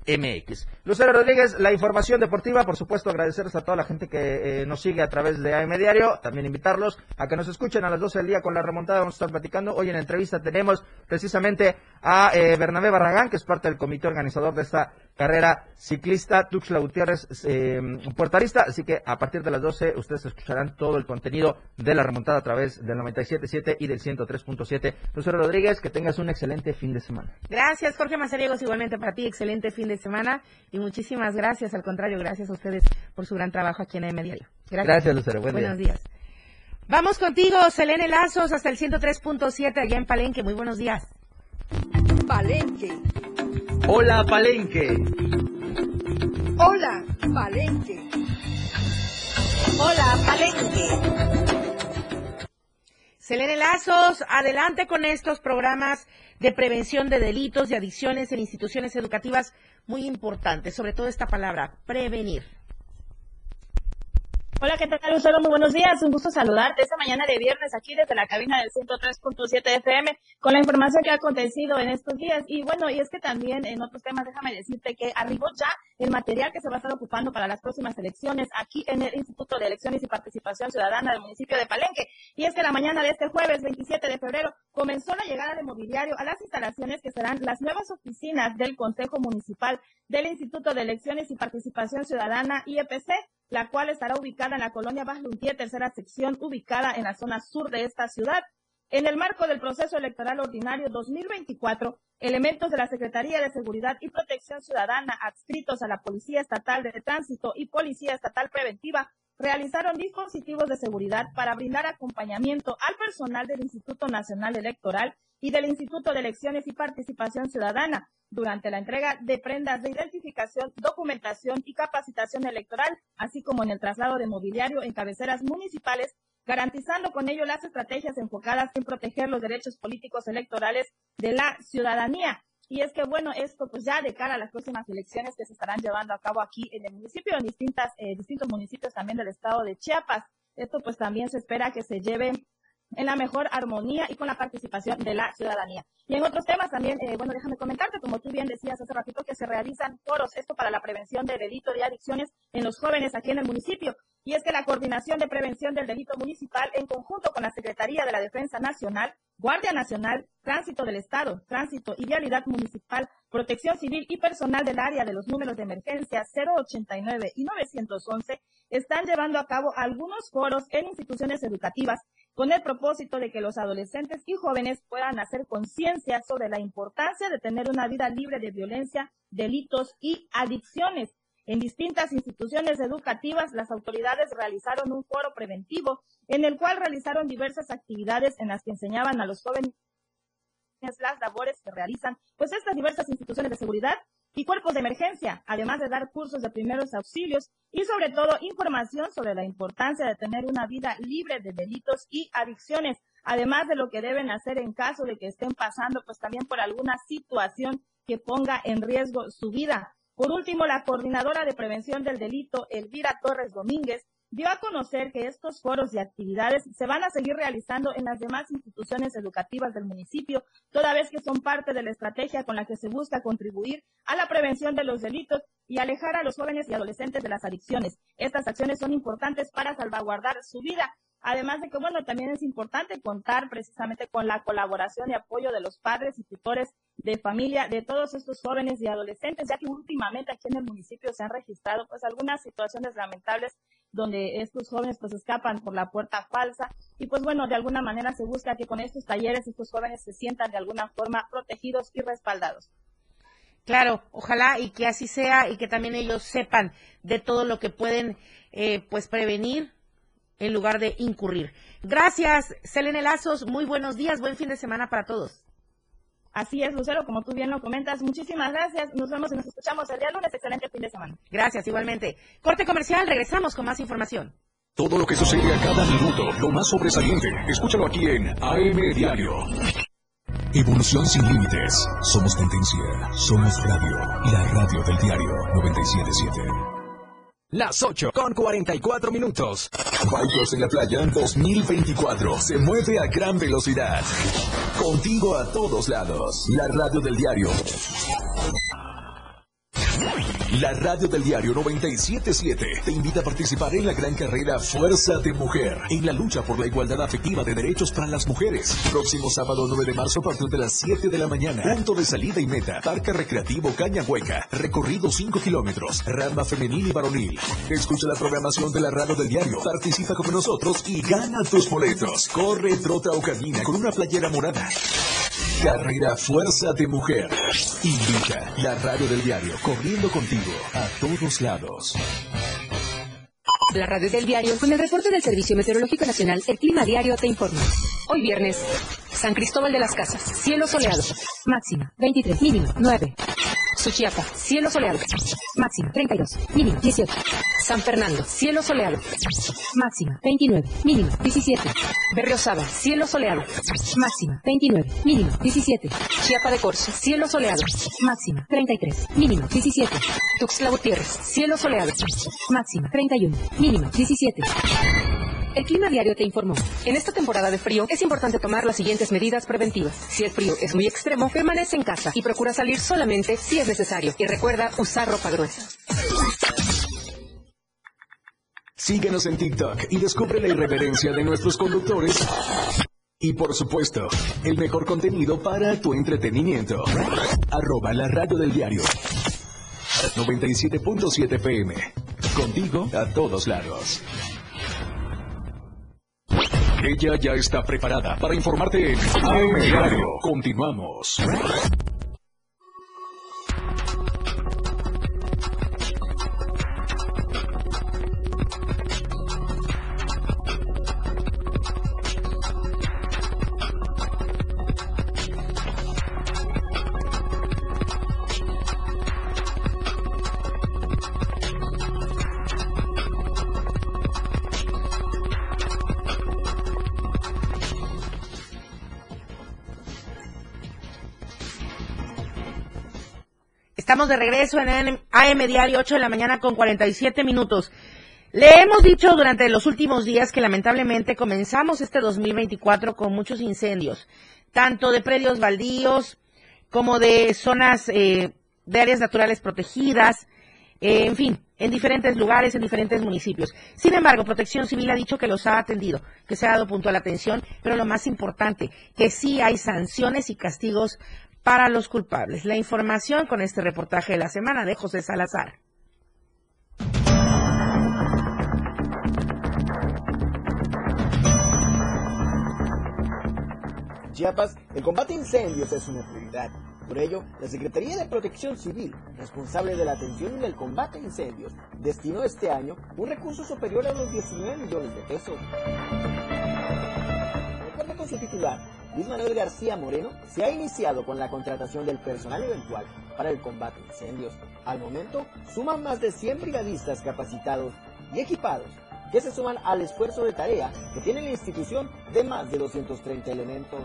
M X. Lucero Rodríguez, la información deportiva, por supuesto agradecerles a toda la gente que eh, nos sigue a través de A M Diario, también invitarlos a que nos escuchen a las doce del día con la remontada, vamos a estar platicando. Hoy en entrevista tenemos precisamente a eh, Bernabé Barragán, que es parte del comité organizador de esta carrera ciclista, Tuxtla Gutiérrez, eh, puertarista, así que a partir de las doce ustedes escucharán todo el contenido de la remontada a través del noventa y siete punto siete y del ciento tres punto siete. Lucero Rodríguez, que tengas un excelente fin de semana. Gracias, Jorge Mazariegos, igualmente para ti, excelente fin de semana y muchísimas gracias, al contrario, gracias a ustedes por su gran trabajo aquí en A M Diario. Gracias, gracias Lucero, buen buenos día. días. Vamos contigo, Selene Lazos, hasta el ciento tres punto siete allá en Palenque, muy buenos días. Palenque. Hola, Palenque. Hola, Palenque. Hola, Palenque. Selene Lazos, adelante con estos programas de prevención de delitos y adicciones en instituciones educativas, muy importantes, sobre todo esta palabra, prevenir. Hola, ¿qué tal, Lucero? Muy buenos días, un gusto saludarte esta mañana de viernes aquí desde la cabina del ciento tres punto siete F M con la información que ha acontecido en estos días. Y bueno, y es que también en otros temas, déjame decirte que arribó ya el material que se va a estar ocupando para las próximas elecciones aquí en el Instituto de Elecciones y Participación Ciudadana del municipio de Palenque. Y es que la mañana de este jueves veintisiete de febrero comenzó la llegada de mobiliario a las instalaciones que serán las nuevas oficinas del Consejo Municipal del Instituto de Elecciones y Participación Ciudadana I E P C, la cual estará ubicada en la colonia Basluntier, tercera sección, ubicada en la zona sur de esta ciudad. En el marco del proceso electoral ordinario dos mil veinticuatro, elementos de la Secretaría de Seguridad y Protección Ciudadana adscritos a la Policía Estatal de Tránsito y Policía Estatal Preventiva realizaron dispositivos de seguridad para brindar acompañamiento al personal del Instituto Nacional Electoral y del Instituto de Elecciones y Participación Ciudadana durante la entrega de prendas de identificación, documentación y capacitación electoral, así como en el traslado de mobiliario en cabeceras municipales, garantizando con ello las estrategias enfocadas en proteger los derechos políticos electorales de la ciudadanía. Y es que, bueno, esto pues ya de cara a las próximas elecciones que se estarán llevando a cabo aquí en el municipio, en distintas, eh, distintos municipios también del estado de Chiapas. Esto pues también se espera que se lleve en la mejor armonía y con la participación de la ciudadanía. Y en otros temas también, eh, bueno, déjame comentarte, como tú bien decías hace ratito, que se realizan foros, esto para la prevención de delito de adicciones en los jóvenes aquí en el municipio. Y es que la Coordinación de Prevención del Delito Municipal, en conjunto con la Secretaría de la Defensa Nacional, Guardia Nacional, Tránsito del Estado, Tránsito y Vialidad Municipal, Protección Civil y personal del área de los números de emergencia cero ochenta y nueve y novecientos once, están llevando a cabo algunos foros en instituciones educativas con el propósito de que los adolescentes y jóvenes puedan hacer conciencia sobre la importancia de tener una vida libre de violencia, delitos y adicciones. En distintas instituciones educativas, las autoridades realizaron un foro preventivo en el cual realizaron diversas actividades en las que enseñaban a los jóvenes las labores que realizan pues estas diversas instituciones de seguridad y cuerpos de emergencia, además de dar cursos de primeros auxilios y sobre todo información sobre la importancia de tener una vida libre de delitos y adicciones, además de lo que deben hacer en caso de que estén pasando pues también por alguna situación que ponga en riesgo su vida. Por último, la coordinadora de prevención del delito, Elvira Torres Domínguez, dio a conocer que estos foros y actividades se van a seguir realizando en las demás instituciones educativas del municipio, toda vez que son parte de la estrategia con la que se busca contribuir a la prevención de los delitos y alejar a los jóvenes y adolescentes de las adicciones. Estas acciones son importantes para salvaguardar su vida. Además de que, bueno, también es importante contar precisamente con la colaboración y apoyo de los padres y tutores de familia de todos estos jóvenes y adolescentes, ya que últimamente aquí en el municipio se han registrado pues algunas situaciones lamentables donde estos jóvenes pues escapan por la puerta falsa y pues bueno, de alguna manera se busca que con estos talleres estos jóvenes se sientan de alguna forma protegidos y respaldados. Claro, ojalá y que así sea y que también ellos sepan de todo lo que pueden eh, pues prevenir en lugar de incurrir. Gracias, Selene Lazos, muy buenos días, buen fin de semana para todos. Así es, Lucero, como tú bien lo comentas, muchísimas gracias, nos vemos y nos escuchamos el día lunes, excelente fin de semana. Gracias, igualmente. Corte comercial, regresamos con más información. Todo lo que sucede a cada minuto, lo más sobresaliente, escúchalo aquí en A M Diario. Evolución sin límites, somos tendencia, somos radio, la radio del diario noventa y siete punto siete. Las ocho con cuarenta y cuatro minutos. Bikers en la Playa dos mil veinticuatro se mueve a gran velocidad. Contigo a todos lados. La radio del diario. La radio del diario noventa y siete punto siete te invita a participar en la gran carrera Fuerza de Mujer, en la lucha por la igualdad afectiva de derechos para las mujeres. Próximo sábado nueve de marzo a partir de las siete de la mañana. Punto de salida y meta, Parque Recreativo Caña Hueca. Recorrido cinco kilómetros, rama femenil y varonil. Escucha la programación de la radio del diario, participa con nosotros y gana tus boletos. Corre, trota o camina con una playera morada. Carrera Fuerza de Mujer. Invita la radio del diario, corriendo contigo a todos lados. La radio del diario, con el reporte del Servicio Meteorológico Nacional, el Clima Diario te informa. Hoy viernes, San Cristóbal de las Casas, cielo soleado, máxima veintitrés, mínima nueve. Suchiapa, cielo soleado, máxima treinta y dos, mínima dieciocho. San Fernando, cielo soleado, máxima veintinueve, mínima diecisiete. Berriozaba, cielo soleado, máxima veintinueve, mínima diecisiete. Chiapa de Corzo, cielo soleado, máxima treinta y tres, mínima diecisiete. Tuxtla Gutiérrez, cielo soleado, máxima treinta y uno, mínima diecisiete. El Clima Diario te informó. En esta temporada de frío es importante tomar las siguientes medidas preventivas. Si el frío es muy extremo, permanece en casa y procura salir solamente si es necesario. Y recuerda usar ropa gruesa. Síguenos en TikTok y descubre la irreverencia de nuestros conductores. Y por supuesto, el mejor contenido para tu entretenimiento. Arroba la radio del diario. noventa y siete punto siete F M. Contigo a todos lados. Ella ya está preparada para informarte en A M Diario. Continuamos. Estamos de regreso en A M Diario, ocho de la mañana con cuarenta y siete minutos. Le hemos dicho durante los últimos días que lamentablemente comenzamos este dos mil veinticuatro con muchos incendios, tanto de predios baldíos como de zonas eh, de áreas naturales protegidas, eh, en fin, en diferentes lugares, en diferentes municipios. Sin embargo, Protección Civil ha dicho que los ha atendido, que se ha dado puntual atención, pero lo más importante, que sí hay sanciones y castigos para los culpables. La información con este reportaje de la semana de José Salazar. En Chiapas, el combate a incendios es una prioridad. Por ello, la Secretaría de Protección Civil, responsable de la atención y del combate a incendios, destinó este año un recurso superior a los diecinueve millones de pesos. De acuerdo con su titular, Luis Manuel García Moreno, se ha iniciado con la contratación del personal eventual para el combate a incendios. Al momento, suman más de cien brigadistas capacitados y equipados que se suman al esfuerzo de tarea que tiene la institución de más de doscientos treinta elementos.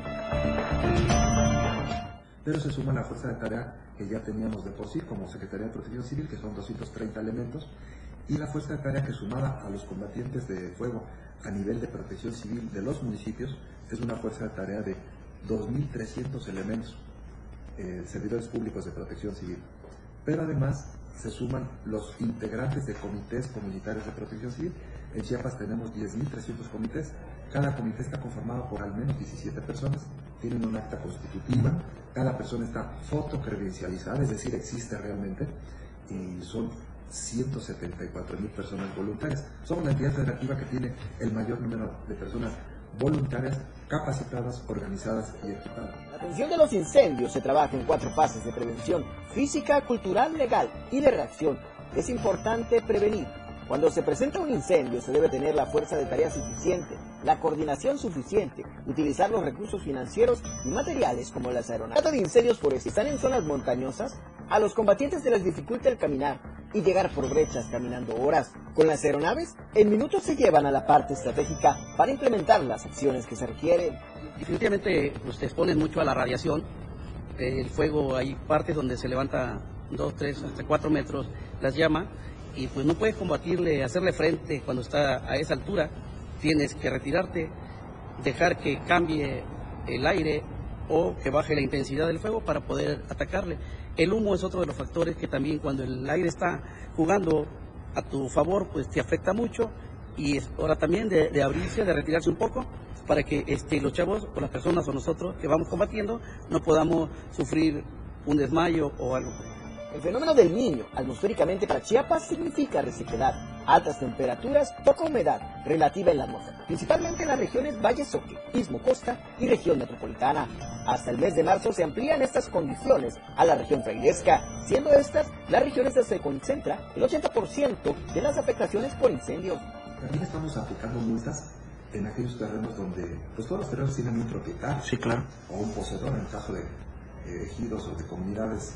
Pero se suma la fuerza de tarea que ya teníamos de por sí como Secretaría de Protección Civil, que son doscientos treinta elementos, y la fuerza de tarea que sumada a los combatientes de fuego a nivel de protección civil de los municipios es una fuerza de tarea de dos mil trescientos elementos, eh, servidores públicos de protección civil. Pero además se suman los integrantes de comités comunitarios de protección civil. En Chiapas tenemos diez mil trescientos comités, cada comité está conformado por al menos diecisiete personas, tienen un acta constitutiva, cada persona está fotocredencializada, es decir, existe realmente, y son ciento setenta y cuatro mil personas voluntarias. Somos la entidad federativa que tiene el mayor número de personas voluntarias, capacitadas, organizadas y equipadas. La atención de los incendios se trabaja en cuatro fases de prevención: física, cultural, legal y de reacción. Es importante prevenir. Cuando se presenta un incendio se debe tener la fuerza de tarea suficiente, la coordinación suficiente, utilizar los recursos financieros y materiales como las aeronaves. Trata de incendios forestales. Están en zonas montañosas, a los combatientes se les dificulta el caminar y llegar por brechas caminando horas. Con las aeronaves, en minutos se llevan a la parte estratégica para implementar las acciones que se requieren. Definitivamente pues, te exponen mucho a la radiación. El fuego, hay partes donde se levanta dos, tres, hasta cuatro metros las llamas, y pues no puedes combatirle, hacerle frente cuando está a esa altura. Tienes que retirarte, dejar que cambie el aire o que baje la intensidad del fuego para poder atacarle. El humo es otro de los factores que también cuando el aire está jugando a tu favor, pues te afecta mucho, y es hora también de, de abrirse, de retirarse un poco, para que este, los chavos o las personas o nosotros que vamos combatiendo no podamos sufrir un desmayo o algo. El fenómeno del Niño, atmosféricamente para Chiapas, significa resequedad, altas temperaturas, poca humedad relativa en la atmósfera, principalmente en las regiones Valle Soque, Istmo Costa y región metropolitana. Hasta el mes de marzo se amplían estas condiciones a la región frairesca, siendo estas las regiones donde se concentra el ochenta por ciento de las afectaciones por incendios. También estamos aplicando multas en aquellos terrenos donde, pues todos los terrenos tienen un propietario. Sí, claro. O un poseedor, en el caso de eh, ejidos o de comunidades.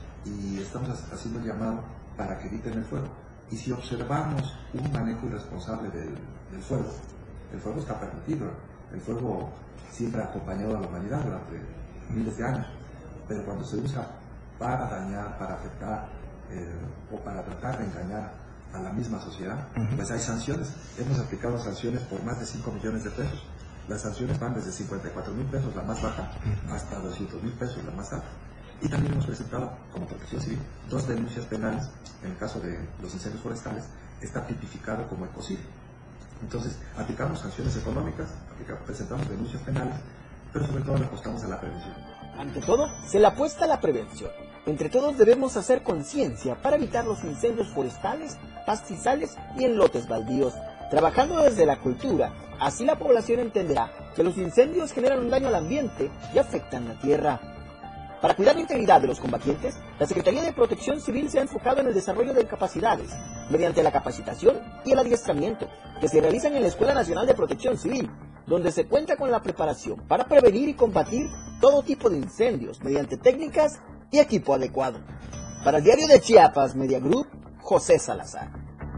Y estamos haciendo el llamado para que eviten el fuego. Y si observamos un manejo irresponsable del, del fuego, el fuego está permitido, el fuego siempre ha acompañado a la humanidad durante miles de años, pero cuando se usa para dañar, para afectar eh, o para tratar de engañar a la misma sociedad, uh-huh. pues hay sanciones. Hemos aplicado sanciones por más de cinco millones de pesos. Las sanciones van desde cincuenta y cuatro mil pesos, la más baja, hasta doscientos mil pesos, la más alta. Y también hemos presentado, como Protección Civil, dos denuncias penales. En el caso de los incendios forestales, está tipificado como ecocidio. Entonces, aplicamos sanciones económicas, aplicamos, presentamos denuncias penales, pero sobre todo le apostamos a la prevención. Ante todo, se le apuesta a la prevención. Entre todos debemos hacer conciencia para evitar los incendios forestales, pastizales y en lotes baldíos. Trabajando desde la cultura, así la población entenderá que los incendios generan un daño al ambiente y afectan la tierra. Para cuidar la integridad de los combatientes, la Secretaría de Protección Civil se ha enfocado en el desarrollo de capacidades, mediante la capacitación y el adiestramiento, que se realizan en la Escuela Nacional de Protección Civil, donde se cuenta con la preparación para prevenir y combatir todo tipo de incendios, mediante técnicas y equipo adecuado. Para el Diario de Chiapas Media Group, José Salazar.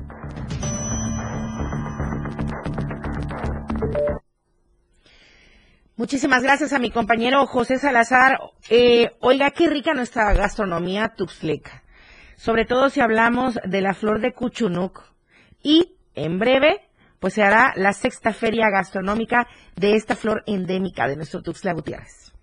Muchísimas gracias a mi compañero José Salazar. Eh, oiga, qué rica nuestra gastronomía tuxtleca, sobre todo si hablamos de la flor de Cuchunuc. Y en breve, pues se hará la sexta feria gastronómica de esta flor endémica de nuestro Tuxtla Gutiérrez.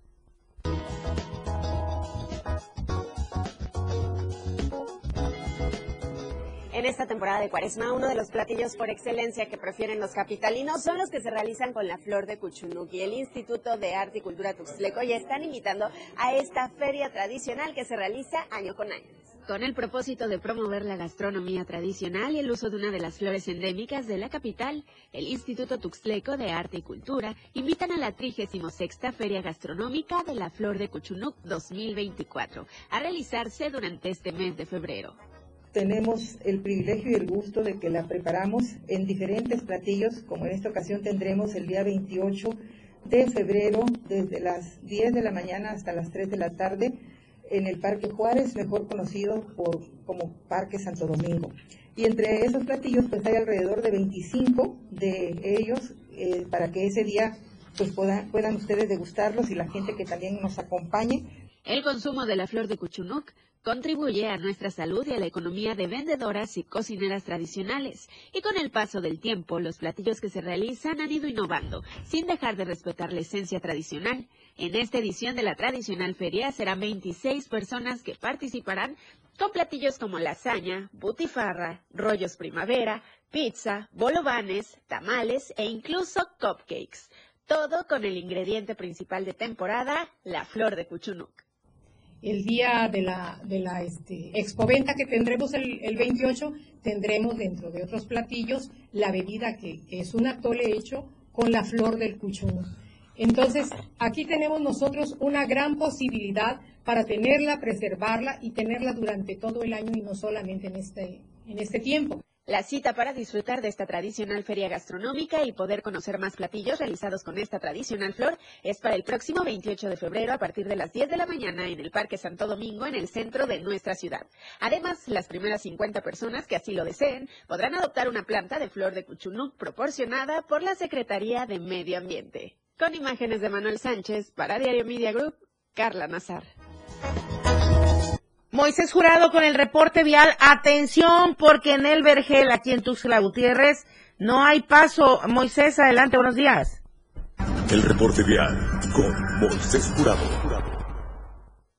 En esta temporada de Cuaresma, uno de los platillos por excelencia que prefieren los capitalinos son los que se realizan con la flor de Cuchunuc, y el Instituto de Arte y Cultura Tuxtleco ya están invitando a esta feria tradicional que se realiza año con año. Con el propósito de promover la gastronomía tradicional y el uso de una de las flores endémicas de la capital, el Instituto Tuxtleco de Arte y Cultura invitan a la trigésima sexta Feria Gastronómica de la Flor de Cuchunuc dos mil veinticuatro a realizarse durante este mes de febrero. Tenemos el privilegio y el gusto de que la preparamos en diferentes platillos, como en esta ocasión tendremos el día veintiocho de febrero, desde las diez de la mañana hasta las tres de la tarde, en el Parque Juárez, mejor conocido por, como Parque Santo Domingo. Y entre esos platillos pues hay alrededor de veinticinco de ellos eh, para que ese día pues puedan, puedan ustedes degustarlos y la gente que también nos acompañe. El consumo de la flor de Cuchunuc contribuye a nuestra salud y a la economía de vendedoras y cocineras tradicionales. Y con el paso del tiempo, los platillos que se realizan han ido innovando, sin dejar de respetar la esencia tradicional. En esta edición de la tradicional feria serán veintiséis personas que participarán con platillos como lasaña, butifarra, rollos primavera, pizza, bolovanes, tamales e incluso cupcakes. Todo con el ingrediente principal de temporada, la flor de Cuchunuc. El día de la, de la este, expoventa que tendremos el, el veintiocho, tendremos dentro de otros platillos la bebida que, que es un atole hecho con la flor del Cuchunuc. Entonces, aquí tenemos nosotros una gran posibilidad para tenerla, preservarla y tenerla durante todo el año y no solamente en este, en este tiempo. La cita para disfrutar de esta tradicional feria gastronómica y poder conocer más platillos realizados con esta tradicional flor es para el próximo veintiocho de febrero a partir de las diez de la mañana en el Parque Santo Domingo, en el centro de nuestra ciudad. Además, las primeras cincuenta personas que así lo deseen podrán adoptar una planta de flor de Cuchunuc proporcionada por la Secretaría de Medio Ambiente. Con imágenes de Manuel Sánchez, para Diario Media Group, Carla Nazar. Moisés Jurado con el reporte vial. Atención, porque en el Vergel, aquí en Tuxtla Gutiérrez, no hay paso. Moisés, adelante, buenos días. El reporte vial con Moisés Jurado.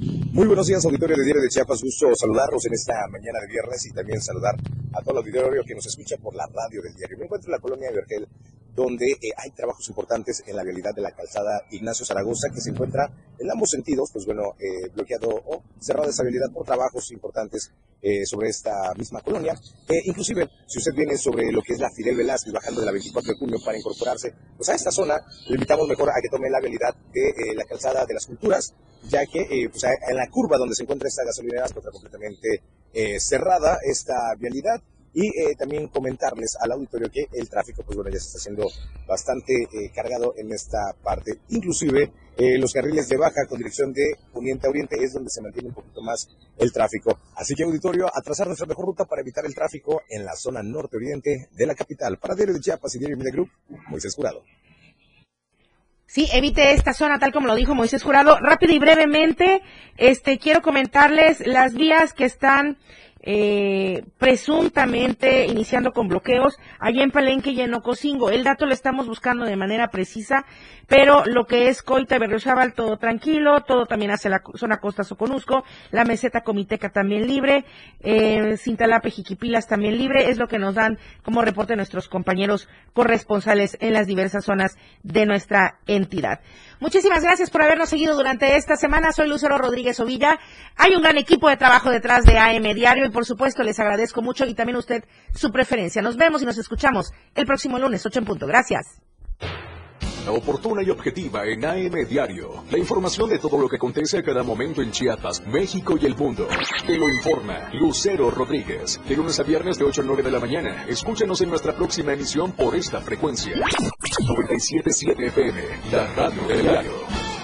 Muy buenos días, auditorio de Diario de Chiapas. Gusto saludarlos en esta mañana de viernes y también saludar a todo el auditorio que nos escucha por la radio del diario. Me encuentro en la colonia de Vergel, donde eh, hay trabajos importantes en la vialidad de la calzada Ignacio Zaragoza, que se encuentra en ambos sentidos, pues bueno, eh, bloqueado o cerrada esa vialidad por trabajos importantes eh, sobre esta misma colonia. Eh, inclusive, si usted viene sobre lo que es la Fidel Velázquez, bajando de la veinticuatro de junio para incorporarse pues a esta zona, le invitamos mejor a que tome la vialidad de eh, la calzada de las Culturas, ya que eh, pues en la curva donde se encuentra esta gasolinera se encuentra completamente eh, cerrada esta vialidad. Y eh, también comentarles al auditorio que el tráfico, pues bueno, ya se está haciendo bastante eh, cargado en esta parte. Inclusive eh, los carriles de baja con dirección de poniente a oriente es donde se mantiene un poquito más el tráfico. Así que, auditorio, a trazar nuestra mejor ruta para evitar el tráfico en la zona norte-oriente de la capital. Para Diario de Chiapas y Diario Media Group, Moisés Jurado. Sí, evite esta zona, tal como lo dijo Moisés Jurado. Rápido y brevemente, este, quiero comentarles las vías que están Eh, presuntamente iniciando con bloqueos allá en Palenque y en Ocosingo. El dato lo estamos buscando de manera precisa, pero lo que es Coita y Berriozábal, todo tranquilo, todo también hacia la zona Costa Soconusco, la meseta Comiteca también libre, eh, Cintalape, Jiquipilas también libre, es lo que nos dan como reporte nuestros compañeros corresponsales en las diversas zonas de nuestra entidad. Muchísimas gracias por habernos seguido durante esta semana. Soy Lucero Rodríguez Ovilla. Hay un gran equipo de trabajo detrás de A M Diario y por supuesto les agradezco mucho y también a usted su preferencia. Nos vemos y nos escuchamos el próximo lunes, ocho en punto. Gracias. Oportuna y objetiva en A M Diario. La información de todo lo que acontece a cada momento en Chiapas, México y el mundo. Te lo informa Lucero Rodríguez. De lunes a viernes de ocho a nueve de la mañana. Escúchanos en nuestra próxima emisión por esta frecuencia. noventa y siete punto siete F M, la radio del diario.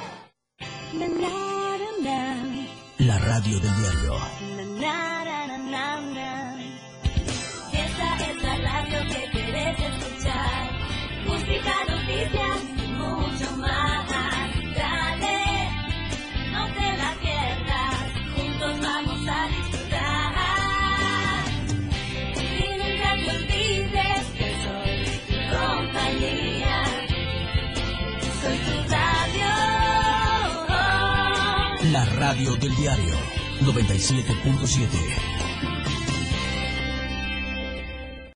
La radio del diario. Esta es la radio que quieres escuchar. Música, noticias y mucho más. Dale, no te la pierdas. Juntos vamos a disfrutar. Y nunca te olvides que soy tu compañía. Soy tu radio. La radio del diario noventa y siete punto siete.